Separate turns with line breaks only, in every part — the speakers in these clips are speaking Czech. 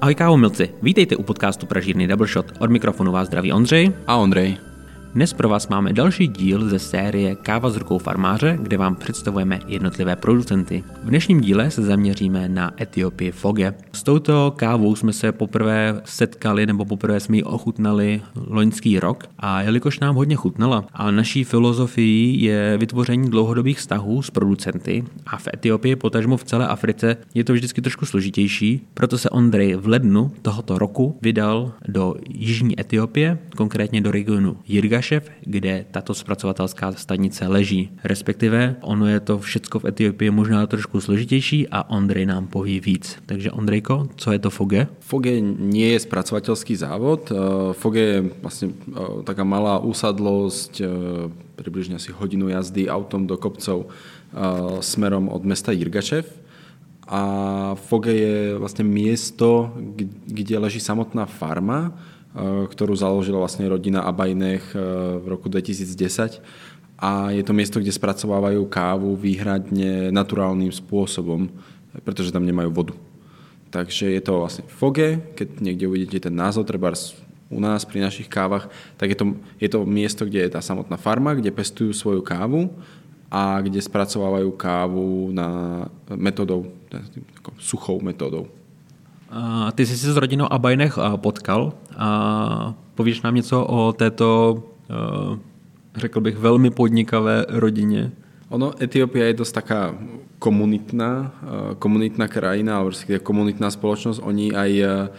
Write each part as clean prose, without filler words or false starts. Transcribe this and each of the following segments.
Ahoj kávomilci, vítejte u podcastu Pražírny Double Shot. Od mikrofonu vás zdraví Ondřej
a Ondrej.
Dnes pro vás máme další díl ze série Káva s rukou farmáře, kde vám představujeme jednotlivé producenty. V dnešním díle se zaměříme na Etiopii Foge. S touto kávou jsme se poprvé setkali, nebo poprvé jsme ji ochutnali loňský rok a jelikož nám hodně chutnala a naší filozofií je vytvoření dlouhodobých vztahů s producenty a v Etiopii, potažmo v celé Africe, je to vždycky trošku složitější, proto se Ondřej v lednu tohoto roku vydal do jižní Etiopie, konkrétně do regionu Jirgašev, kde tato zpracovatelská stanice leží. Respektive ono je to všecko v Etiopii možná trošku složitější a Ondrej nám poví víc. Takže Ondrejko, co je to Foge?
Foge nie je spracovateľský závod. Foge je vlastne taká malá úsadlosť, približne asi hodinu jazdy autom do kopcov smerom od mesta Jirgašev. A Foge je vlastne miesto, kde leží samotná farma, ktorú založila vlastne rodina Abajnech v roku 2010 a je to miesto, kde spracovávajú kávu výhradne naturálnym spôsobom, pretože tam nemajú vodu. Takže je to vlastne Foge, keď niekde uvidíte ten názov, treba u nás pri našich kávach, tak je to miesto, kde je tá samotná farma, kde pestujú svoju kávu a kde spracovávajú kávu metodou, suchou metodou.
Ty jsi se s rodinou Abajnech potkal a povíš nám něco o této, řekl bych, velmi podnikavé rodině?
Etiópia je dosť taká komunitná krajina, alebo komunitná spoločnosť. Oni aj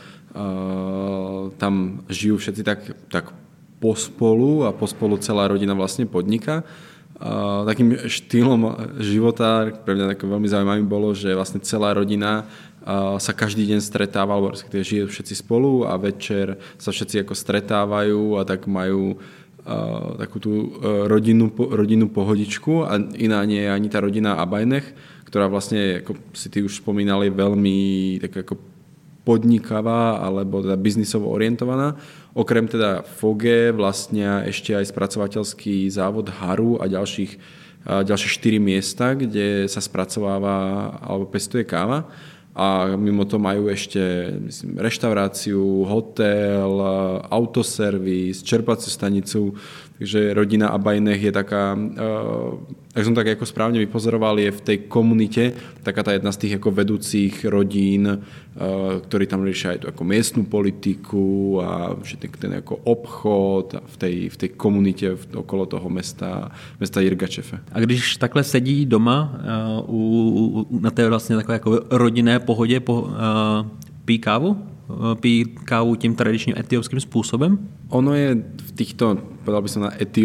tam žijú všetci tak pospolu a pospolu celá rodina vlastne podniká. Takým štýlom života pre mňa tak veľmi zaujímavým bolo, že vlastne celá rodina sa každý deň stretáva, alebo žijú všetci spolu a večer sa všetci ako stretávajú a tak majú takú tú rodinnú pohodičku a iná nie je ani tá rodina Abajnech, ktorá vlastne, ako si ty už spomínal, je veľmi tak ako podnikavá alebo teda biznisovo orientovaná. Okrem teda Foge vlastne ešte aj spracovateľský závod Haru a ďalšie 4 miesta, kde sa spracováva alebo pestuje káva. A mimo to majú ešte, myslím, reštauráciu, hotel, autoservis, čerpaciu stanicu. Takže rodina Abajnech je taká, ak som tak ako správne vypozoroval, je v tej komunite taká tá jedna z tých ako vedúcich rodín, ktorí tam riešia aj tú ako miestnu politiku a ten ako obchod v tej komunite okolo toho mesta Jirgašefe.
A když takhle sedí doma na té vlastně takové jako rodinné pohodě, pí kávu? Pí kávu tím tradičním etiopským způsobem?
Ono je v týchto, povedal by som,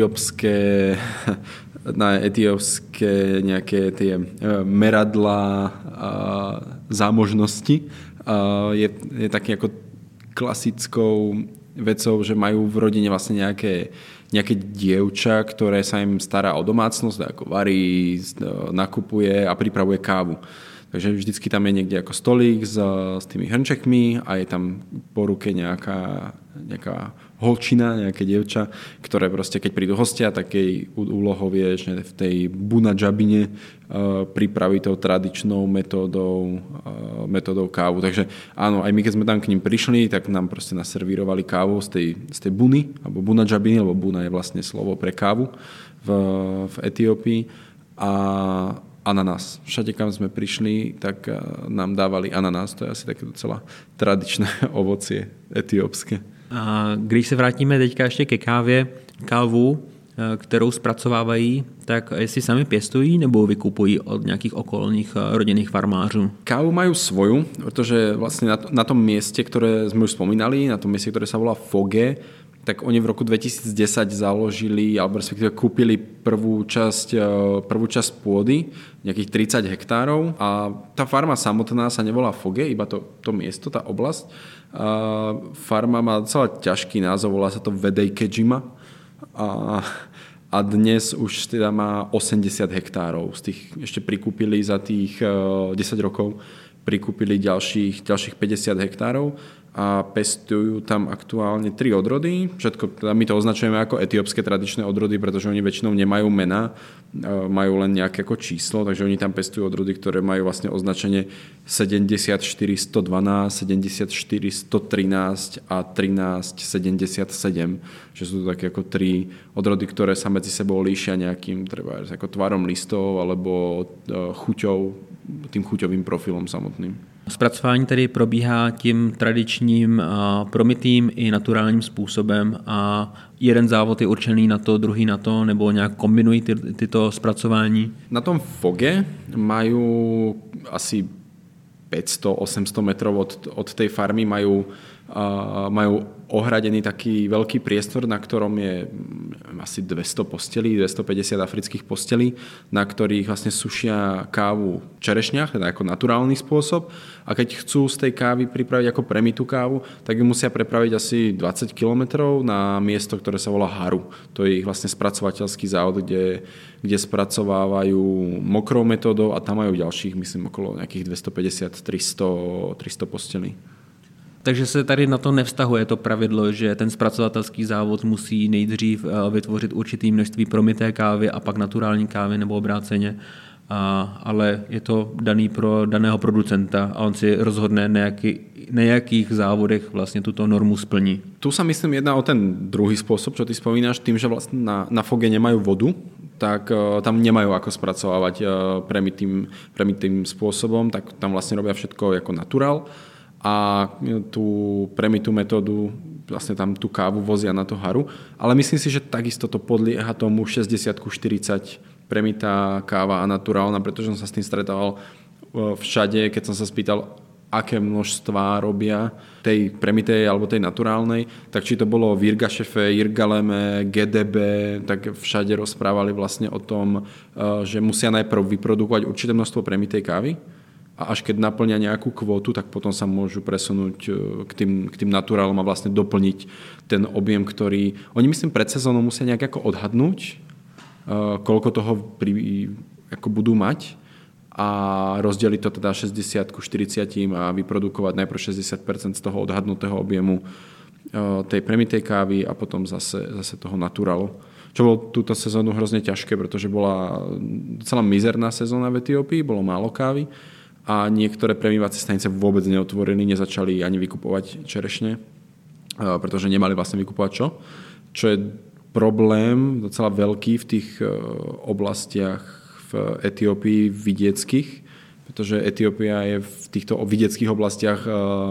na etiopské nejaké tie meradlá zámožnosti. Je taký ako klasickou vecou, že majú v rodine vlastne nejaké dievča, ktoré sa im stará o domácnosť, ako varí, nakupuje a pripravuje kávu. Takže vždycky tam je niekde ako stolík s tými hrnčekmi a je tam po ruke nejaká holčina, nejaké dievča, ktoré proste, keď prídu hostia, tak jej úlohou je, že v tej buna džabine pripraví tou tradičnou metódou kávu. Takže áno, aj my, keď sme tam k ním prišli, tak nám proste naservírovali kávu z tej buny, alebo buna džabiny, lebo buna je vlastne slovo pre kávu v Etiópii. A ananás. Všade, kam sme prišli, tak nám dávali ananás. To je asi také docela tradičné ovocie etiopské.
A když se vrátíme teďka ještě ke kávě, kávu, kterou zpracovávají, tak jestli sami pěstují nebo vykupují od nějakých okolních rodinných farmářů?
Kávu majú svoju, pretože vlastne na tom mieste, ktoré sme už spomínali, na tom mieste, ktoré sa volá Foge, tak oni v roku 2010 založili, alebo respektíve kúpili prvú časť pôdy, nejakých 30 hektárov a tá farma samotná sa nevolá Foge, iba to miesto, tá oblasť. Farma má docela ťažký názov, volá sa to Vedejkedžima a dnes už teda má 80 hektárov. Z tých ešte prikúpili za tých 10 rokov prikúpili ďalších 50 hektárov a pestujú tam aktuálne 3 odrody. Všetko, my to označujeme ako etiópske tradičné odrody, pretože oni väčšinou nemajú mená, majú len nejaké ako číslo, takže oni tam pestujú odrody, ktoré majú vlastne označenie 74 112, 74 113 a 13 77. Že sú to také ako 3 odrody, ktoré sa medzi sebou líšia nejakým treba ako tvarom listov alebo chuťou, tým chuťovým profilom samotným.
Zpracování tedy probíhá tím tradičním promytým i naturálním způsobem a jeden závod je určený na to, druhý na to, nebo nějak kombinují tyto zpracování?
Na tom foge majú asi 500-800 metrov od tej farmy majú ohradený taký veľký priestor, na ktorom je asi 200 postelí, 250 afrických postelí, na ktorých vlastne sušia kávu v čerešniach, teda ako naturálny spôsob. A keď chcú z tej kávy pripraviť ako premitú kávu, tak ju musia prepraviť asi 20 kilometrov na miesto, ktoré sa volá Haru. To je ich vlastne spracovateľský závod, kde spracovávajú mokrou metódou a tam majú ďalších, myslím, okolo nejakých 250-300 postelí.
Takže se tady na to nevztahuje to pravidlo, že ten zpracovatelský závod musí nejdřív vytvořit určitý množství promyté kávy a pak naturální kávy nebo obráceně, ale je to daný pro daného producenta a on si rozhodne na jakých závodech vlastně tuto normu splní.
Tu sa myslím jedná o ten druhý spôsob, čo ty spomínaš, tým, že vlastne na foge nemajú vodu, tak tam nemajú ako spracovávať premitým spôsobom, tak tam vlastne robia všetko ako naturál. A tú premitú metódu, vlastne tam tú kávu vozia na to Haru. Ale myslím si, že takisto to podlieha tomu 60-40 premitá káva a naturálna, pretože som sa s tým stretával všade, keď som sa spýtal, aké množstvá robia tej premitej alebo tej naturálnej, tak či to bolo v Irgašefe, Irgaleme, GDB, tak všade rozprávali vlastne o tom, že musia najprv vyprodukovať určité množstvo premitej kávy, a až keď naplňa nejakú kvótu, tak potom sa môžu presunúť k tým naturálom a vlastne doplniť ten objem, ktorý... Oni myslím pred sezónou musia nejak ako odhadnúť, koľko toho ako budú mať a rozdeliť to teda 60-40 a vyprodukovať najprv 60% z toho odhadnutého objemu tej premitej kávy a potom zase toho naturálu. Čo bolo túto sezónu hrozne ťažké, pretože bola docela mizerná sezóna v Etiópii, bolo málo kávy a niektoré premývacie stanice vôbec neotvorili, nezačali ani vykupovať čerešne, pretože nemali vlastne vykupovať čo. Čo je problém docela veľký v tých oblastiach v Etiópii vidieckých, pretože Etiópia je v týchto vidieckých oblastiach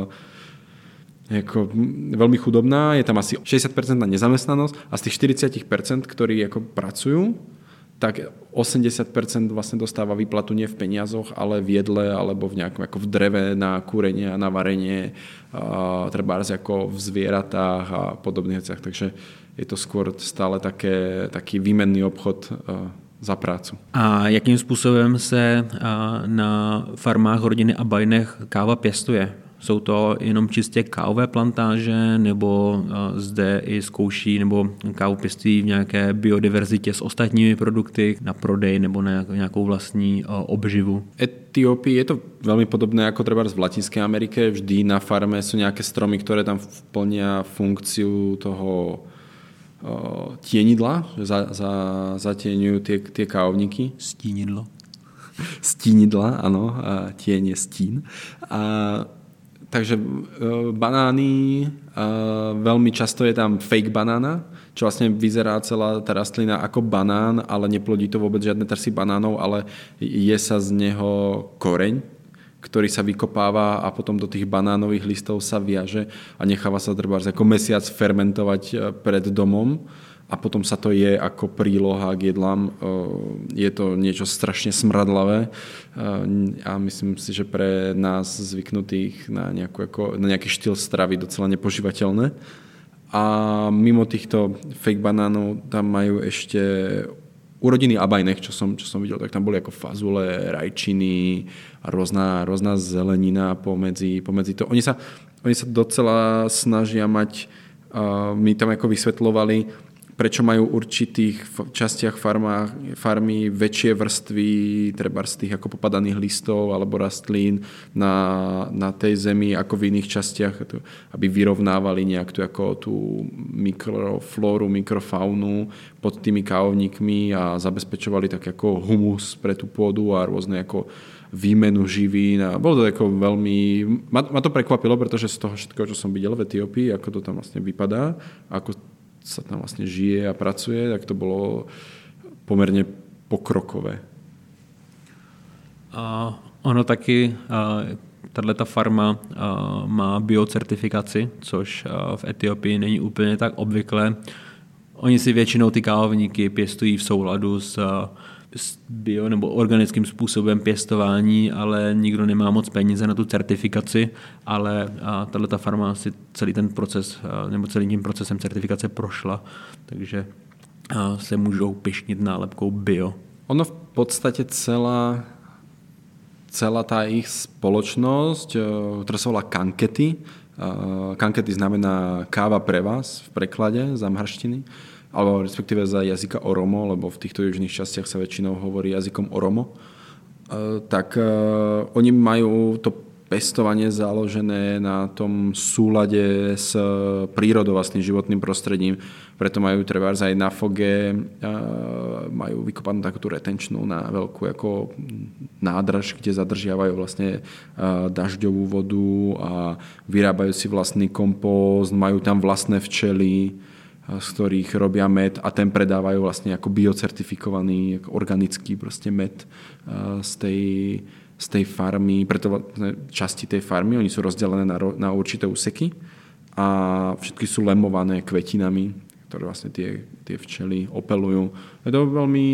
ako veľmi chudobná, je tam asi 60% na nezamestnanosť a z tých 40%, ktorí ako pracujú, tak 80% vlastne dostáva výplatu nie v peniazoch, ale v jedle alebo v nejakom ako v dreve na kúrenie a na varenie, trebárs ako v zvieratách a podobných veciach. Takže je to skôr stále taký výmenný obchod za prácu.
A jakým způsobem se na farmách rodiny Abajnech káva pěstuje? Jsou to jenom čistě kávové plantáže, nebo zde i zkouší nebo kávu pěstují v nějaké biodiverzitě s ostatními produkty na prodej nebo na nějakou vlastní obživu?
Etiópii je to veľmi podobné ako treba v Latinskej Amerike. Vždy na farme sú nejaké stromy, ktoré tam plnia funkciu toho tienidla, že zatieňujú tie kávovníky.
Stínidlo.
Stínidla, áno. Tieň je stín. Takže banány, veľmi často je tam fake banána, čo vlastne vyzerá celá tá rastlina ako banán, ale neplodí to vôbec žiadne trsy banánov, ale je sa z neho koreň, ktorý sa vykopáva a potom do tých banánových listov sa viaže a necháva sa trebárs ako mesiac fermentovať pred domom a potom sa to je ako príloha k jedlám. Je to niečo strašne smradlavé a myslím si, že pre nás zvyknutých na nejaký štýl stravy docela nepožívateľné. A mimo týchto fake banánov tam majú ešte u rodiny Abajnech, čo som videl, tak tam boli ako fazule, rajčiny a rôzna zelenina pomedzi to. Oni sa docela snažia mať, my tam ako vysvetľovali, prečo majú v určitých častiach farmy väčšie vrstvy treba z tých ako popadaných listov alebo rastlín na tej zemi ako v iných častiach, aby vyrovnávali nejak tú mikroflóru, mikrofaunu pod tými kávovníkmi a zabezpečovali tak ako humus pre tú pôdu a rôzne ako výmenu živín. A bolo to ako veľmi... Ma to prekvapilo, pretože z toho všetkého, čo som videl v Etiópii, ako to tam vlastne vypadá, ako sa tam vlastne žije a pracuje, tak to bolo pomerne pokrokové.
Ono taky, tato farma má biocertifikaci, což v Etiopii není úplně tak obvyklé. Oni si většinou ty kávovníky pěstují v souladu s bio nebo organickým způsobem pěstování, ale nikdo nemá moc peníze na tu certifikaci, ale tato farma si celý ten proces nebo celým tím procesem certifikace prošla, takže se můžou pyšnit nálepkou bio.
Ono v podstate celá tá ich spoločnosť, ktorá sa volá Kankety. Kankety znamená káva pre vás v preklade z amharštiny, alebo respektíve za jazyka Oromo, lebo v týchto južných častiach sa väčšinou hovorí jazykom Oromo. Tak oni majú to pestovanie založené na tom súlade s prírodou, vlastným životným prostredím. Preto majú trebárs aj na Foge, majú vykopanú takú retenčnú na veľkú ako nádrž, kde zadržiavajú vlastne dažďovú vodu a vyrábajú si vlastný kompost, majú tam vlastné včely, z ktorých robia med a ten predávajú vlastne ako biocertifikovaný, ako organický proste med z tej farmy, preto časti tej farmy, oni sú rozdelené na určité úseky a všetky sú lemované kvetinami, ktoré vlastne tie včely opelujú. Je to veľmi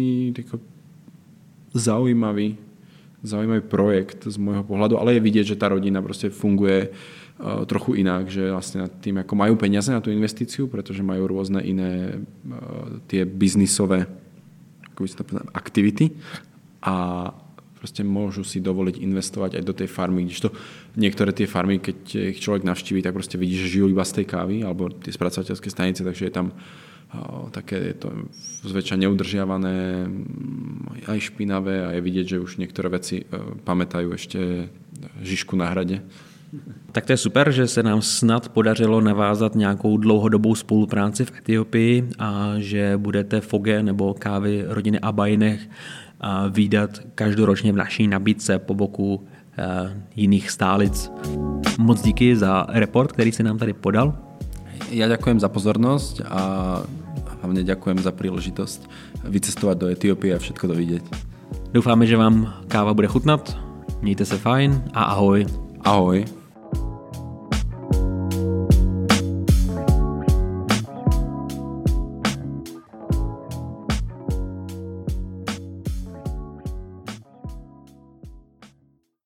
zaujímavý projekt z môjho pohľadu, ale je vidieť, že tá rodina proste funguje trochu inak, že vlastne nad tým, ako majú peniaze na tú investíciu, pretože majú rôzne iné tie biznisové aktivity a proste môžu si dovoliť investovať aj do tej farmy, kdežto niektoré tie farmy, keď ich človek navštíví, tak proste vidí, že žijú iba z tej kávy alebo tie spracovateľské stanice, takže je tam také je to zväčša neudržiavané, aj špinavé a je vidieť, že už niektoré veci pamätajú ešte Žižku na hrade.
Tak to je super, že se nám snad podařilo navázat nějakou dlouhodobou spolupráci v Etiopii a že budete Foge nebo kávy rodiny Abajnech vídat každoročně v naší nabídce po boku jiných stálic. Moc díky za report, který si nám tady podal.
Ja ďakujem za pozornosť a hlavne ďakujem za príležitosť vycestovať do Etiópie a všetko dovidieť.
Doufáme, že vám káva bude chutnat. Mějte se fajn a ahoj.
Ahoj.